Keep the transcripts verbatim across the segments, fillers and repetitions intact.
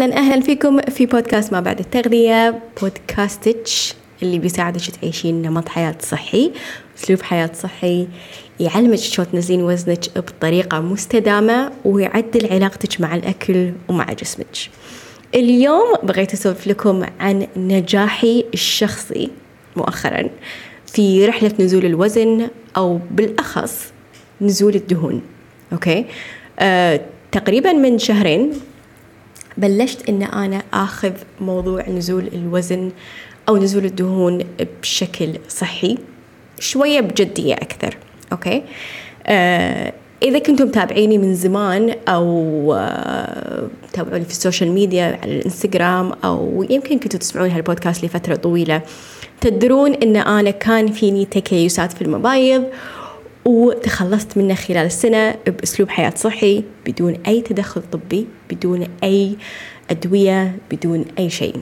أهلا أهلا فيكم في بودكاست ما بعد التغذية، بودكاستش اللي بيساعدك تعيشين نمط حياة صحي، أسلوب حياة صحي يعلمك شلون تنزلين وزنك بطريقة مستدامة ويعدل علاقتك مع الأكل ومع جسمك. اليوم بغيت أسولف لكم عن نجاحي الشخصي مؤخرا في رحلة نزول الوزن، أو بالأخص نزول الدهون. أوكي أه، تقريبا من شهرين بلشت إن أنا أخذ موضوع نزول الوزن أو نزول الدهون بشكل صحي شوية بجدية أكثر. أوكي أه إذا كنتم تابعيني من زمان أو أه تابعوني في السوشيال ميديا على الإنستغرام، أو يمكن كنتوا تسمعون هالبودكاست لفترة طويلة، تدرون إن أنا كان فيني تكيسات في المبايض وتخلصت منه خلال السنة بأسلوب حياة صحي، بدون أي تدخل طبي، بدون أي أدوية، بدون أي شيء.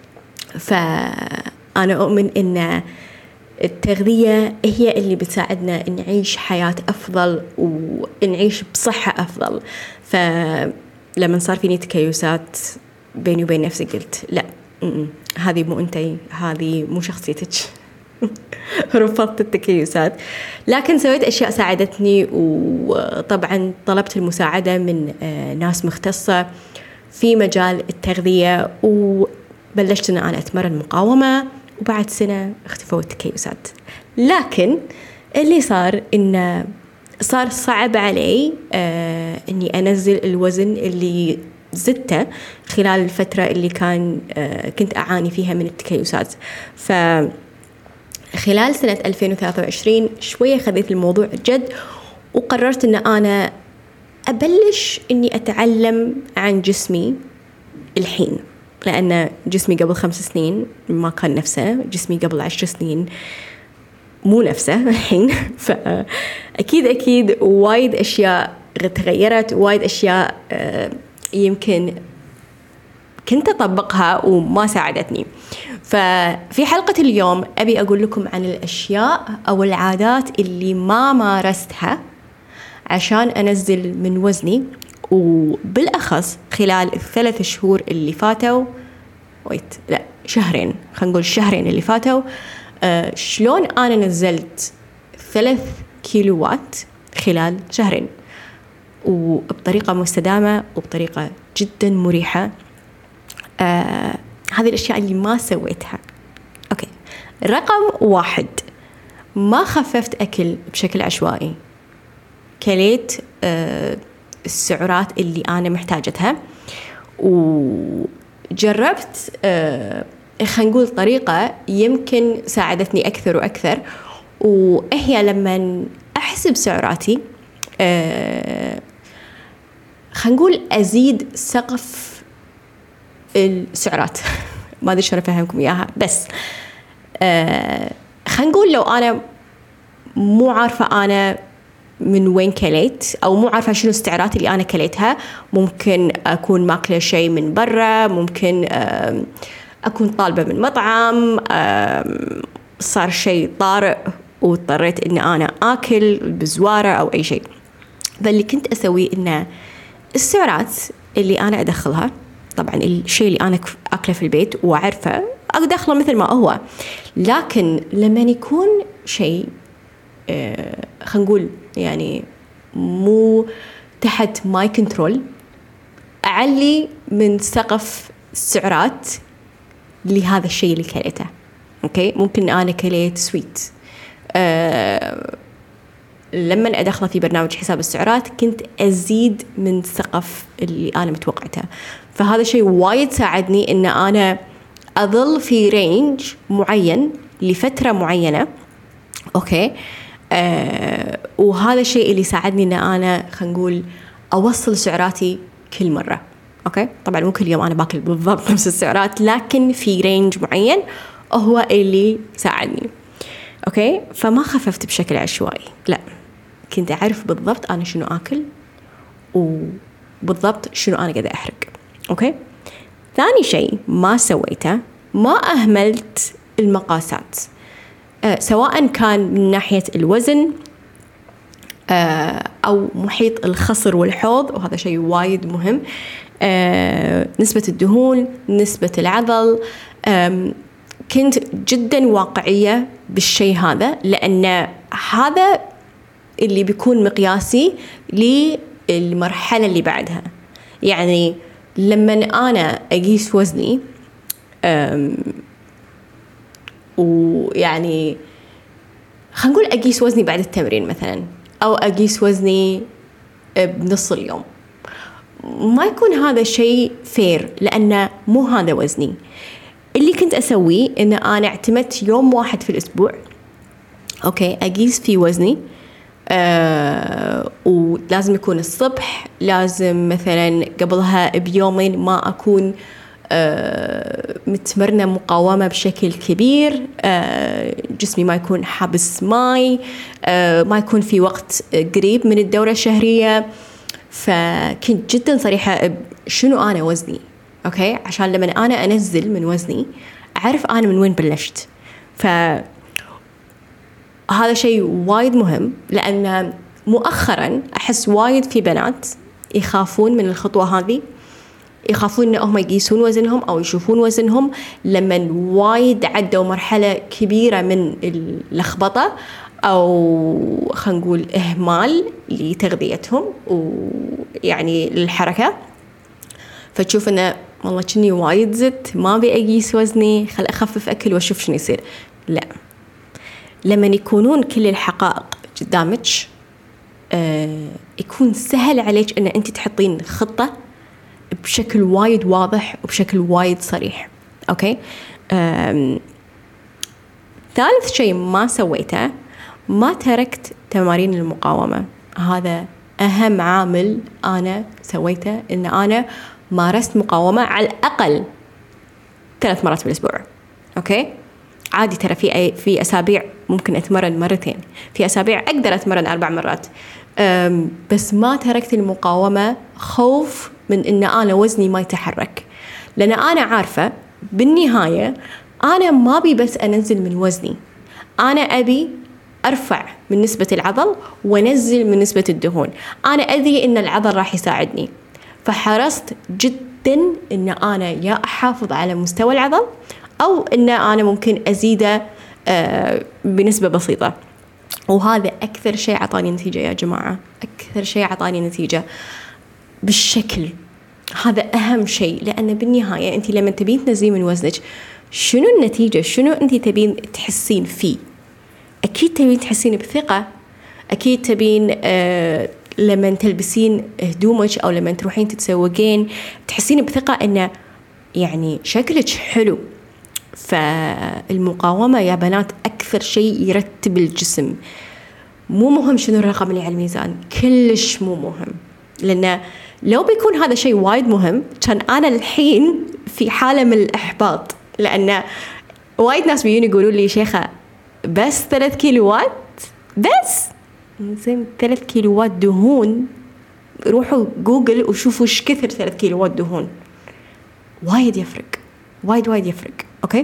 فأنا أؤمن إن التغذية هي اللي بتساعدنا نعيش حياة أفضل ونعيش بصحة أفضل. فلما صار فيني تكيسات بيني وبين نفسي قلت لا، هذه مو أنتي، هذه مو شخصيتك. رفضت التكيسات، لكن سويت أشياء ساعدتني، وطبعا طلبت المساعدة من ناس مختصة في مجال التغذية، وبلشت أن أنا أتمرن مقاومة، وبعد سنة اختفوا التكيسات. لكن اللي صار إنه صار صعب علي آه إني أنزل الوزن اللي زدته خلال الفترة اللي كان آه كنت أعاني فيها من التكيسات. ف خلال سنة ألفين وثلاثة وعشرين شوية خذيت الموضوع جد، وقررت أن أنا أبلش أني أتعلم عن جسمي الحين، لأن جسمي قبل خمس سنين ما كان نفسه، جسمي قبل عشر سنين مو نفسه الحين. فأكيد أكيد وايد أشياء تغيرت، وايد أشياء يمكن كنت أطبقها وما ساعدتني. ففي حلقة اليوم أبي أقول لكم عن الأشياء أو العادات اللي ما مارستها عشان أنزل من وزني، وبالأخص خلال الثلاث شهور اللي فاتوا ويت لا شهرين خلينا نقول الشهرين اللي فاتوا آه شلون أنا نزلت ثلاث كيلوات خلال شهرين، وبطريقة مستدامة وبطريقة جدا مريحة. آه هذه الأشياء اللي ما سويتها. أوكي، رقم واحد، ما خففت أكل بشكل عشوائي، كليت آه السعرات اللي أنا محتاجتها، وجربت آه خلينا نقول طريقة يمكن ساعدتني أكثر وأكثر، وهي لما أحسب سعراتي آه خلينا نقول أزيد سقف السعرات. ما أدري شلون أفهمكم إياها، بس آه خلينا نقول لو أنا مو عارفة أنا من وين كليت، أو مو عارفة شنو السعرات اللي أنا كليتها، ممكن أكون ماكلة شيء من برا، ممكن آه أكون طالبة من مطعم، آه صار شيء طارئ واضطريت إن أنا آكل بزوارة أو أي شيء. فاللي كنت أسويه إن السعرات اللي أنا أدخلها، طبعا الشيء اللي أنا أكله في البيت وأعرفه أدخله مثل ما هو، لكن لما يكون شيء آه خلينا نقول يعني مو تحت ماي كنترول، أعلي من سقف السعرات لهذا الشيء اللي كليته. أوكي، ممكن أنا كليت سويت، آه لما أدخله في برنامج حساب السعرات كنت أزيد من سقف اللي أنا متوقعته. فهذا شيء وايد ساعدني إن أنا أظل في رينج معين لفترة معينة. أوكي آه وهذا الشيء اللي ساعدني إن أنا خلينا نقول أوصل سعراتي كل مرة. أوكي، طبعا مو كل يوم أنا باكل بالضبط نفس السعرات، لكن في رينج معين هو اللي ساعدني. أوكي، فما خففت بشكل عشوائي، لا، كنت أعرف بالضبط أنا شنو آكل وبالضبط شنو أنا قاعدة أحرق. أوكي، ثاني شيء ما سويته، ما أهملت المقاسات، أه سواء كان من ناحية الوزن أه أو محيط الخصر والحوض، وهذا شيء وايد مهم. آه، نسبة الدهون، نسبة العضل. كنت جدا واقعية بالشيء هذا، لأن هذا اللي بيكون مقياسي للمرحلة اللي بعدها. يعني لما أنا أقيس وزني ويعني خلينا نقول أقيس وزني بعد التمرين مثلا، أو أقيس وزني بنص اليوم، ما يكون هذا شيء فير، لأنه مو هذا وزني. اللي كنت أسويه إن أنا اعتمدت يوم واحد في الأسبوع أوكي أقيس فيه وزني، آه ولازم يكون الصبح، لازم مثلا قبلها بيومين ما أكون آه متمرنة مقاومة بشكل كبير، آه جسمي ما يكون حابس ماي، آه ما يكون في وقت قريب من الدورة الشهرية. فكنت جدا صريحة شنو أنا وزني أوكي، عشان لما أنا أنزل من وزني أعرف أنا من وين بلشت. فهذا شيء وايد مهم، لأن مؤخرا أحس وايد في بنات يخافون من الخطوة هذه، يخافون إنهم يقيسون وزنهم أو يشوفون وزنهم لما وايد عدوا مرحلة كبيرة من اللخبطة أو خلينا نقول إهمال لتغذيتهم ويعني للحركة. فتشوف إنه والله كني وايد زدت، ما أبي أقيس وزني، خل أخفف أكل وأشوف شنو يصير. لا، لما يكونون كل الحقائق قدامك آه يكون سهل عليك إن أنت تحطين خطة بشكل وايد واضح وبشكل وايد صريح. أوكي. ثالث شيء ما سويته، ما تركت تمارين المقاومة. هذا أهم عامل أنا سويته، إن أنا مارست مقاومة على الأقل ثلاث مرات بالأسبوع. أوكي. عادي ترى في في أسابيع ممكن أتمرن مرتين، في أسابيع أقدر أتمرن أربع مرات، بس ما تركت المقاومة خوف من إن أنا وزني ما يتحرك، لأن أنا عارفة بالنهاية أنا ما أبي بس أنزل من وزني، أنا أبي أرفع من نسبة العضل ونزل من نسبة الدهون. أنا أدري إن العضل راح يساعدني، فحرصت جدا إن أنا يا أحافظ على مستوى العضل أو إن أنا ممكن أزيده بنسبة بسيطة. وهذا أكثر شيء عطاني نتيجة يا جماعة، أكثر شيء عطاني نتيجة بالشكل هذا. أهم شيء، لأن بالنهاية أنت لما تبين تنزلين من وزنك شنو النتيجة، شنو أنت تبين تحسين فيه؟ أكيد تبين تحسين بثقة، أكيد تبين آه لما تلبسين هدومك أو لما تروحين تتسوقين تحسين بثقة إنه يعني شكلك حلو. فالمقاومة يا بنات أكثر شيء يرتب الجسم. مو مهم شنو الرقم اللي على الميزان، كلش مو مهم، لأن لو بيكون هذا شيء وايد مهم كان أنا الحين في حالة من الإحباط، لأن وايد ناس بيجون يقولوا لي شيخة بس ثلاث كيلوات بس، زين ثلاث كيلوات دهون، روحوا جوجل وشوفوا ايش كثر ثلاث كيلوات دهون، وايد يفرق، وايد وايد يفرق. أوكي.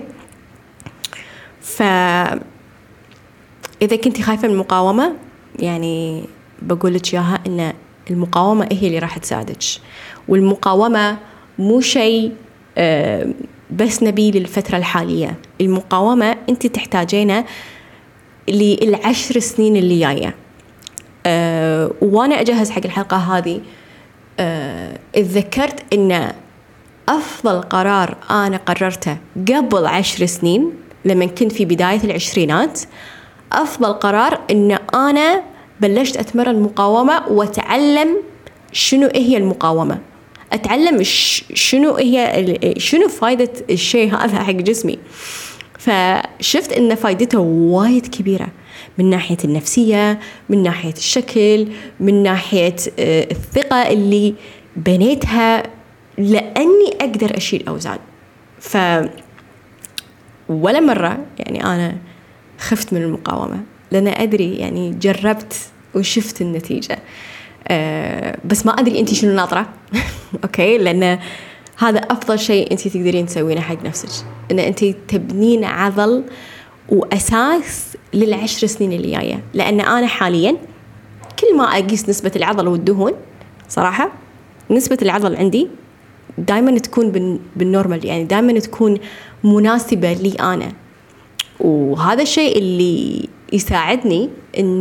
فإذا كنتي خايفة من المقاومة، يعني بقول لك إياها إن المقاومة هي اللي راح تساعدك، والمقاومة مو شيء بس نبي للفترة الحالية. المقاومة أنت تحتاجينها للعشر سنين اللي جاية. أه وأنا أجهز حق الحلقة هذه أه اتذكرت إن أفضل قرار أنا قررته قبل عشر سنين لما كنت في بداية العشرينات، أفضل قرار إن أنا بلشت أتمرن مقاومة وأتعلم شنو هي المقاومة، أتعلم شنو هي شنو فايدة الشيء هذا حق جسمي. فشفت إن فايدته وايد كبيرة من ناحية النفسية، من ناحية الشكل، من ناحية الثقة اللي بنيتها، لأني أقدر أشيل أوزان. ف ولا مرة يعني أنا خفت من المقاومة، لأن أدري يعني جربت وشفت النتيجة. أه بس ما أدري أنتي شنو ناطرة. أوكي، لأن هذا أفضل شيء أنتي تقدرين تسوينه حق نفسك، إن أنتي تبنين عضل وأساس للعشر سنين اللي جاية. لأن أنا حاليا كل ما أقيس نسبة العضل والدهون صراحة نسبة العضل عندي دائما تكون بالنورمال، يعني دائما تكون مناسبة لي أنا، وهذا الشيء اللي يساعدني إن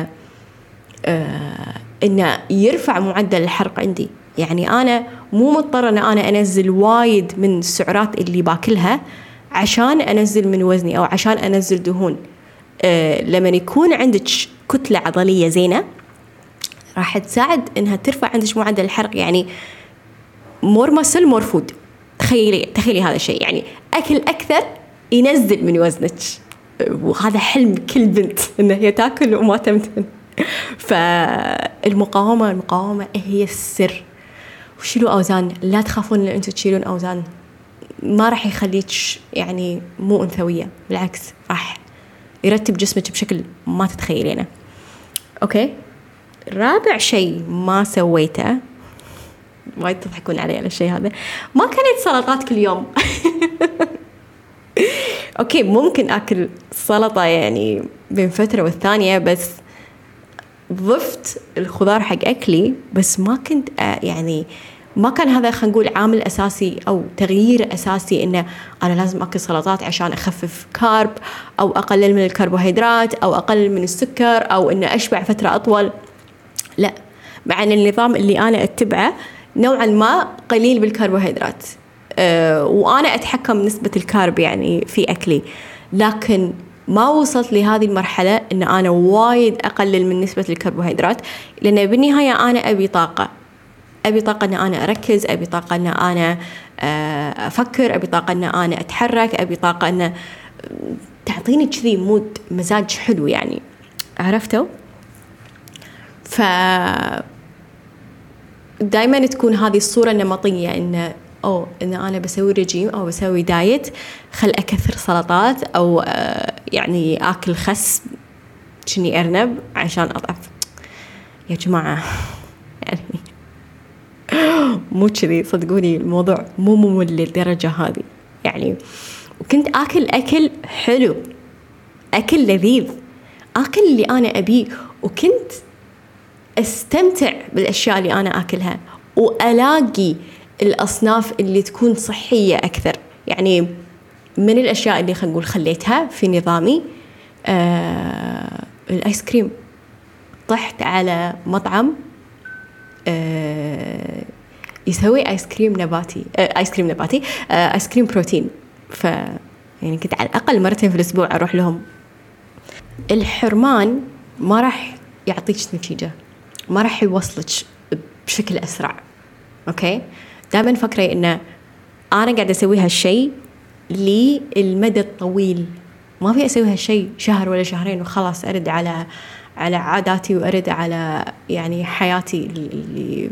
آه إنه يرفع معدل الحرق عندي. يعني أنا مو مضطرة أن أنا أنزل وايد من السعرات اللي باكلها عشان أنزل من وزني أو عشان أنزل دهون. آه لما يكون عندك كتلة عضلية زينة راح تساعد إنها ترفع عندك معدل الحرق. يعني more muscle more food، تخيلي تخيلي هذا الشيء، يعني أكل أكثر ينزل من وزنك، وهذا حلم كل بنت إن هي تأكل وما تمتن. فالمقاومة المقاومة هي السر. وشيلوا أوزان، لا تخافون إن أنتوا تشيلون أوزان، ما راح يخليك يعني مو أنثوية، بالعكس راح يرتب جسمك بشكل ما تتخيلينه. أوكي، رابع شيء ما سويته، وايد تضحكون علي على الشيء هذا، ما كانت سلطات كل يوم. أوكي ممكن أكل سلطة يعني بين فترة والثانية، بس ضفت الخضار حق أكلي، بس ما كنت يعني ما كان هذا خلينا نقول عامل أساسي أو تغيير أساسي إنه أنا لازم أكل سلطات عشان أخفف كارب أو أقلل من الكربوهيدرات أو أقلل من السكر أو إنه أشبع فترة أطول. لا، مع أن النظام اللي أنا أتبعه نوعا ما قليل بالكربوهيدرات، أه وأنا أتحكم نسبة الكارب يعني في أكلي، لكن ما وصلت لهذه المرحلة إن أنا وايد أقلل من نسبة الكربوهيدرات، لأن بالنهاية أنا أبي طاقة، أبي طاقة أن أنا أركز، أبي طاقة أن أنا أفكر، أبي طاقة أن أنا أتحرك، أبي طاقة أن تعطيني كذي مود مزاج حلو يعني، عرفتوا؟ ف دايما تكون هذه الصورة النمطية إن أو إن أنا بسوي رجيم أو بسوي دايت، خل أكثر سلطات أو يعني آكل خس شني أرنب عشان أضعف. يا جماعة يعني مو كذي، صدقوني الموضوع مو ممل للدرجة هذه يعني. وكنت آكل أكل حلو، أكل لذيذ، آكل اللي أنا أبيه، وكنت استمتع بالأشياء اللي أنا آكلها، وألاقي الأصناف اللي تكون صحية أكثر. يعني من الأشياء اللي خلينا نقول خليتها في نظامي آه الآيس كريم. طحت على مطعم آه يسوي آيس كريم نباتي، آه آيس كريم نباتي آه آيس كريم بروتين. ف يعني كنت على الأقل مرتين في الأسبوع أروح لهم. الحرمان ما راح يعطيك نتيجة، ما راح يوصلك بشكل أسرع. أوكي، دائما فكري إن أنا قاعدة أسوي هالشيء للمدى الطويل، ما في أسوي هالشيء شهر ولا شهرين وخلاص أرد على على عاداتي وأرد على يعني حياتي اللي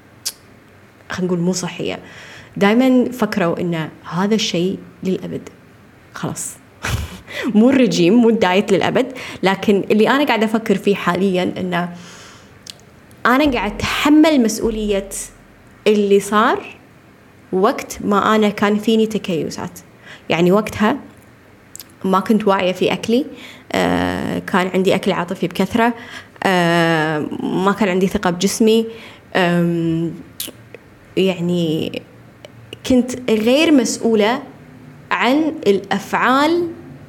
خلينا نقول مو صحية. دائما فكروا إن هذا الشيء للأبد، خلاص. مو الرجيم، مو الدايت للأبد، لكن اللي أنا قاعدة أفكر فيه حاليا إن أنا قاعدة أتحمل مسؤولية اللي صار وقت ما أنا كان فيني تكيسات. يعني وقتها ما كنت واعية في أكلي، آه كان عندي أكل عاطفي بكثرة، آه ما كان عندي ثقة بجسمي، آه يعني كنت غير مسؤولة عن الأفعال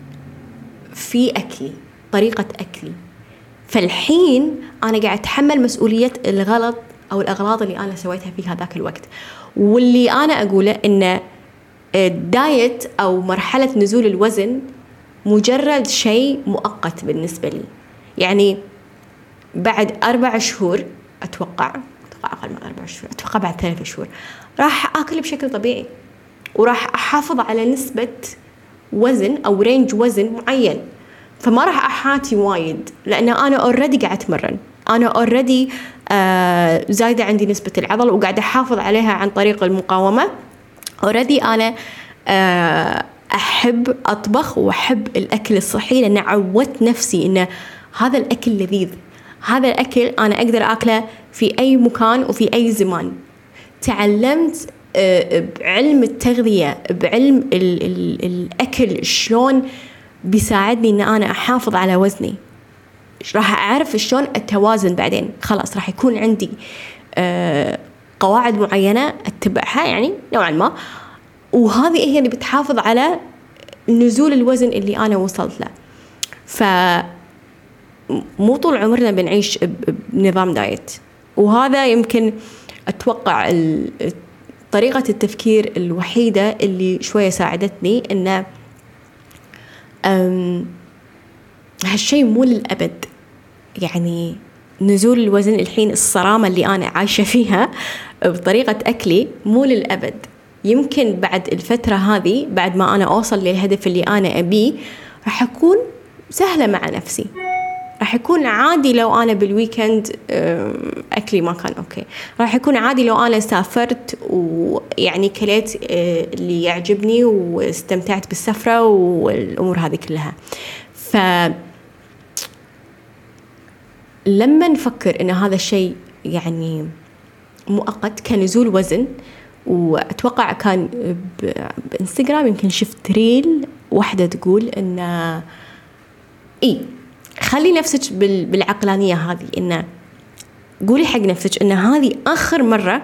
في أكلي، طريقة أكلي. فالحين أنا قاعد أتحمل مسؤولية الغلط أو الأغلاط اللي أنا سويتها في هذاك الوقت. واللي أنا أقوله إن الدايت أو مرحلة نزول الوزن مجرد شيء مؤقت بالنسبة لي. يعني بعد أربع شهور أتوقع أتوقع أقل من أربع شهور، أتوقع بعد ثلاث شهور راح أكل بشكل طبيعي، وراح أحافظ على نسبة وزن أو رينج وزن معين. فما راح أحاتي وايد، لأن أنا أوريدي قاعد أتمرن، أنا أوريدي آه زايدة عندي نسبة العضل وقاعدة أحافظ عليها عن طريق المقاومة. أوريدي أنا آه أحب أطبخ وأحب الأكل الصحي، لأن عودت نفسي إن هذا الأكل لذيذ، هذا الأكل أنا أقدر أكله في أي مكان وفي أي زمان. تعلمت آه بعلم التغذية، بعلم ال ال الأكل شلون بيساعدني إن أنا أحافظ على وزني. راح أعرف شلون أتوازن بعدين. خلاص راح يكون عندي آه قواعد معينة أتبعها يعني نوعا ما، وهذه هي اللي بتحافظ على نزول الوزن اللي أنا وصلت له. فمو طول عمرنا بنعيش بنظام دايت، وهذا يمكن أتوقع طريقة التفكير الوحيدة اللي شوية ساعدتني إن هالشيء مو للأبد. يعني نزول الوزن الحين، الصرامة اللي أنا عايشة فيها بطريقة أكلي مو للأبد. يمكن بعد الفترة هذه، بعد ما أنا أوصل للهدف اللي أنا أبيه، راح أكون سهلة مع نفسي، راح يكون عادي لو أنا بالويكند أكلي ما كان أوكي، راح يكون عادي لو أنا سافرت ويعني كليت اللي يعجبني واستمتعت بالسفرة والأمور هذه كلها. ف لما نفكر إن هذا الشيء يعني مؤقت كنزول وزن، وأتوقع كان بإنستغرام يمكن شفت ريل واحدة تقول إن إيه خلي نفسك بالعقلانية هذه، إن قولي حق نفسك إن هذه آخر مرة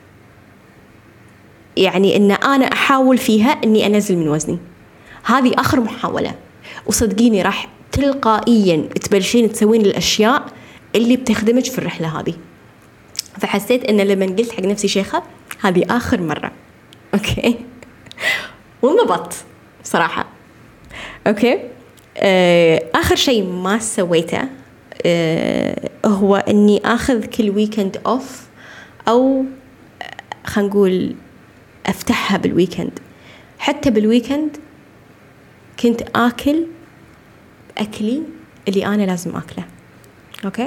يعني إن أنا أحاول فيها إني أنزل من وزني، هذه آخر محاولة. وصدقيني راح تلقائيا تبلشين تسوين الأشياء اللي بتخدمك في الرحلة هذه. فحسيت إن لما قلت حق نفسي شيخة هذه آخر مرة، أوكي ونضبط صراحة. أوكي آخر شيء ما سويته آه هو أني أخذ كل ويكند أوف، أو خلينا نقول أفتحها بالويكند. حتى بالويكند كنت آكل أكلي اللي أنا لازم أكله. أوكي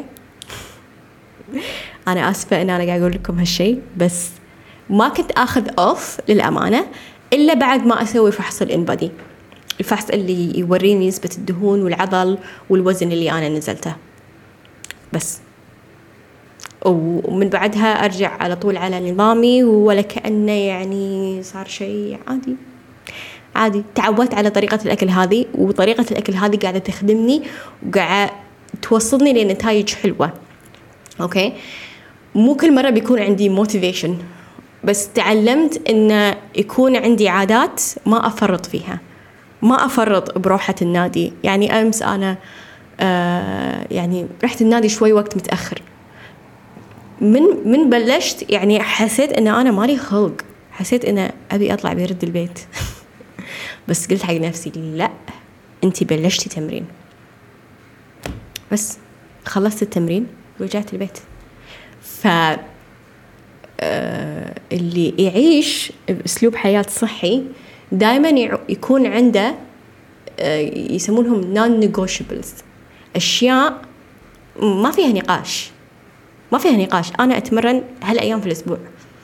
أنا آسفة أن أنا قاعد أقول لكم هالشيء، بس ما كنت أخذ أوف للأمانة إلا بعد ما أسوي فحص الإنبادي، الفحص اللي يوريني نسبة الدهون والعضل والوزن اللي أنا نزلته بس. ومن بعدها أرجع على طول على نظامي، ولا كأنه يعني صار شيء عادي عادي. تعودت على طريقة الأكل هذه، وطريقة الأكل هذه قاعدة تخدمني وقاعدة توصلني لنتائج حلوة. أوكي مو كل مرة بيكون عندي motivation، بس تعلمت إن يكون عندي عادات ما أفرط فيها، ما أفرط بروحة النادي. يعني أمس أنا آه يعني رحت النادي شوي وقت متأخر، من من بلشت يعني حسيت إن أنا مالي خلق، حسيت إن أبي أطلع برد البيت بس قلت حق نفسي لا، أنتي بلشتي تمرين. بس خلصت التمرين ورجعت البيت. ف آه اللي يعيش بأسلوب حياة صحي دائما يكون عنده آه يسمونهم non-negotiables، أشياء ما فيها نقاش، ما فيها نقاش. أنا أتمرن هالأيام في الأسبوع،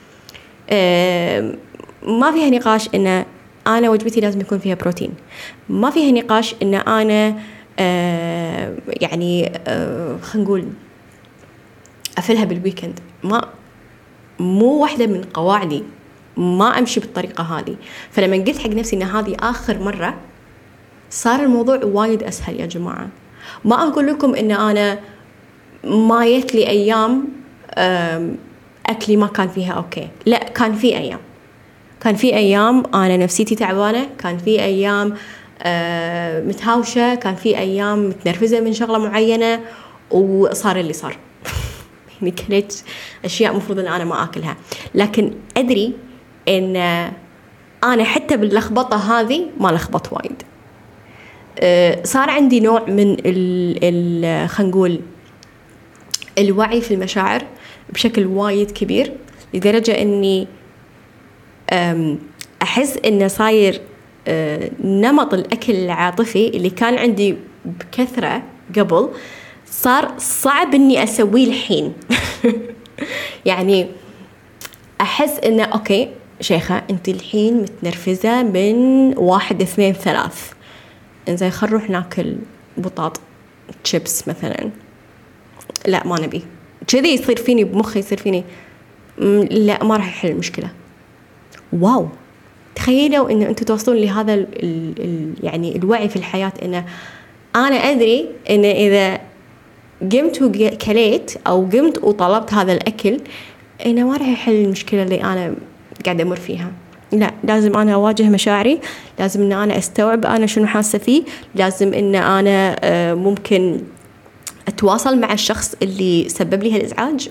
آه ما فيها نقاش إن أنا وجبتي لازم يكون فيها بروتين، ما فيها نقاش إن أنا آه يعني آه خلينا نقول أفلها بالويكند. ما مو واحدة من قواعدي ما أمشي بالطريقة هذه. فلما قلت حق نفسي إن هذه آخر مرة، صار الموضوع وايد أسهل يا جماعة. ما أقول لكم إن أنا ما يتلي أيام أكلي ما كان فيها أوكي، لا، كان في أيام كان في أيام أنا نفسيتي تعبانة، كان في أيام متهاوشة، كان في أيام متنرفزة من شغلة معينة وصار اللي صار يعني كليت أشياء مفروض أن أنا ما أكلها. لكن أدري إن أنا حتى باللخبطة هذه ما لخبط وايد. صار عندي نوع من ال خلينا نقول الوعي في المشاعر بشكل وايد كبير، لدرجة إني أحس إنه صاير نمط الأكل العاطفي اللي كان عندي بكثرة قبل صار صعب إني أسويه الحين يعني أحس إنه أوكي شيخة أنت الحين متنرفزة من واحد اثنين ثلاث، إنزين خل نروح ناكل بطاط تشيبس مثلا. لا ما نبي كذي، يصير فيني بمخي يصير فيني لا ما راح يحل المشكلة. واو، تخيلوا إنه أنتوا توصلون لهذا ال ال ال يعني الوعي في الحياة، إنه أنا أدري إن إذا قمت وكليت أو قمت وطلبت هذا الأكل، أنا ما راح يحل المشكلة اللي أنا قاعدة أمر فيها. لا، لازم أنا أواجه مشاعري، لازم إن أنا أستوعب أنا شنو حاسة فيه، لازم إن أنا ممكن أتواصل مع الشخص اللي سبب لي هالإزعاج،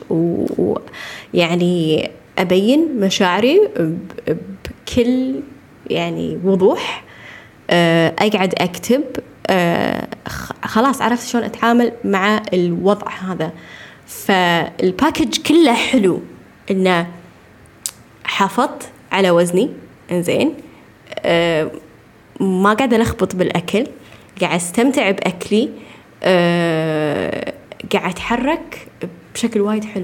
ويعني أبين مشاعري بكل يعني وضوح. أقعد أكتب، خلاص عرفت شلون أتعامل مع الوضع هذا. فالباكج كله حلو، إنه حافظت على وزني إنزين، أه ما قاعدة ألخبط بالأكل، قاعد أستمتع بأكلي، أه قاعد أتحرك بشكل وايد حلو.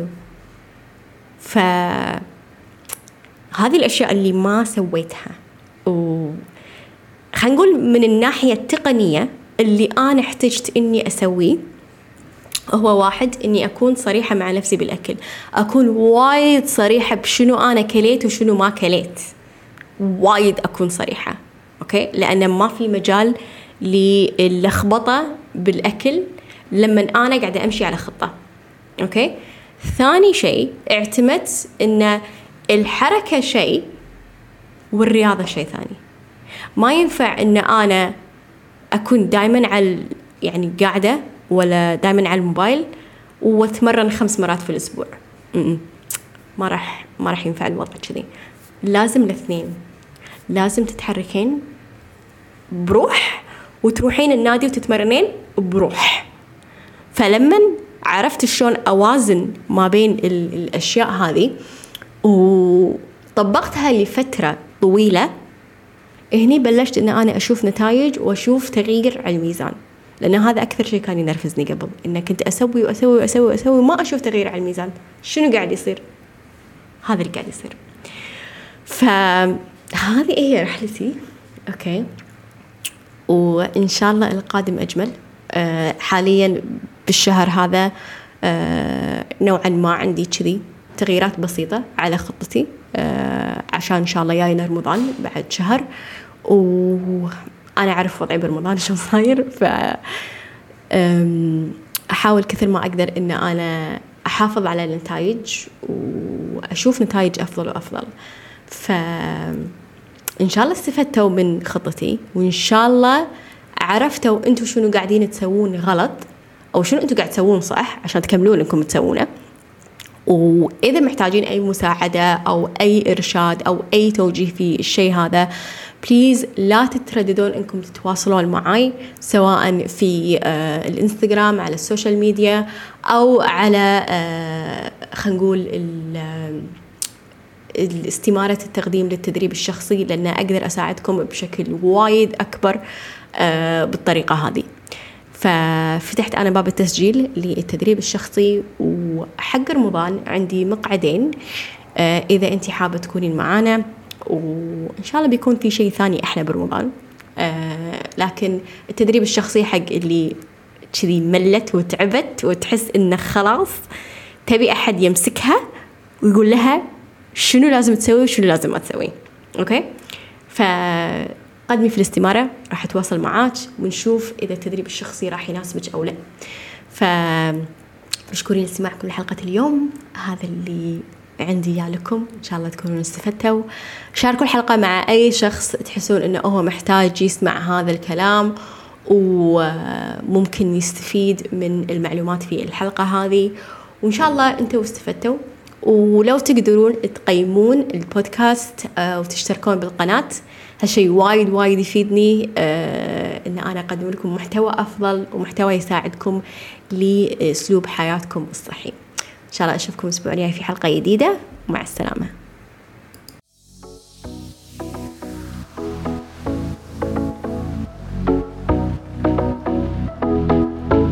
فهذه الأشياء اللي ما سويتها، و خلينا نقول من الناحية التقنية اللي أنا احتجت إني أسويه، هو واحد إني أكون صريحة مع نفسي بالأكل، أكون وايد صريحة بشنو أنا كليت وشنو ما كليت، وايد أكون صريحة، أوكي، لأن ما في مجال للخبطة بالأكل لما أنا قاعدة أمشي على خطة، أوكي. ثاني شيء اعتمدت إن الحركة شيء والرياضة شيء ثاني. ما ينفع إن أنا أكون دائما على يعني قاعدة ولا دائما على الموبايل واتمرن خمس مرات في الأسبوع. م-م. ما راح ما راح ينفع الوضع كذي. لازم الاثنين، لازم تتحركين بروح وتروحين النادي وتتمرنين بروح. فلما عرفت شلون أوازن ما بين ال- الأشياء هذه وطبقتها لفترة طويلة، هني بلشت إن أنا أشوف نتائج وأشوف تغيير على الميزان. لأن هذا أكثر شيء كان ينرفزني قبل، إن كنت أسوي وأسوي وأسوي وأسوي ما أشوف تغيير على الميزان. شنو قاعد يصير؟ هذا اللي قاعد يصير. فهذه هي رحلتي، أوكي، وإن شاء الله القادم أجمل. أه حاليا بالشهر هذا أه نوعا ما عندي كذي تغييرات بسيطة على خطتي، أه عشان إن شاء الله جاي رمضان بعد شهر، وأنا أعرف وضعي برمضان شو صاير. ف أحاول كثر ما أقدر إن أنا أحافظ على النتائج وأشوف نتائج أفضل وأفضل. فإن شاء الله استفدتوا من خطتي، وإن شاء الله عرفتوا أنتوا شنو قاعدين تسوون غلط أو شنو أنتوا قاعد تسوون صح عشان تكملون إنكم تسوونه. وإذا محتاجين أي مساعدة أو أي إرشاد أو أي توجيه في الشيء هذا، بليز لا تترددون إنكم تتواصلون معي، سواء في آه الإنستغرام، على السوشيال ميديا، أو على آه خلينا نقول الاستمارة التقديم للتدريب الشخصي، لأن أقدر أساعدكم بشكل وايد أكبر آه بالطريقة هذه. ففتحت أنا باب التسجيل للتدريب الشخصي، وحق رمضان عندي مقعدين آه إذا أنت حابة تكونين معانا، وإن شاء الله بيكون في شيء ثاني أحلى برمضان. آه لكن التدريب الشخصي حق اللي كذي ملت وتعبت وتحس إنه خلاص تبي أحد يمسكها ويقول لها شنو لازم تسوي وشنو لازم ما تسوي، أوكي. فقدمي في الاستمارة، راح أتواصل معاك ونشوف إذا التدريب الشخصي راح يناسبك أو لا. فمشكورين لاستماعكم لحلقة اليوم، هذا اللي عندي يا لكم. إن شاء الله تكونوا استفدتوا. شاركوا الحلقة مع أي شخص تحسون إنه هو محتاج يسمع هذا الكلام وممكن يستفيد من المعلومات في الحلقة هذه، وإن شاء الله أنتوا استفدتوا. ولو تقدرون تقيمون البودكاست وتشتركون بالقناة، هالشيء وايد وايد يفيدني إن أنا أقدم لكم محتوى أفضل ومحتوى يساعدكم لأسلوب حياتكم الصحي. إن شاء الله أشوفكم الأسبوع الجاي في حلقة جديدة، ومع السلامة.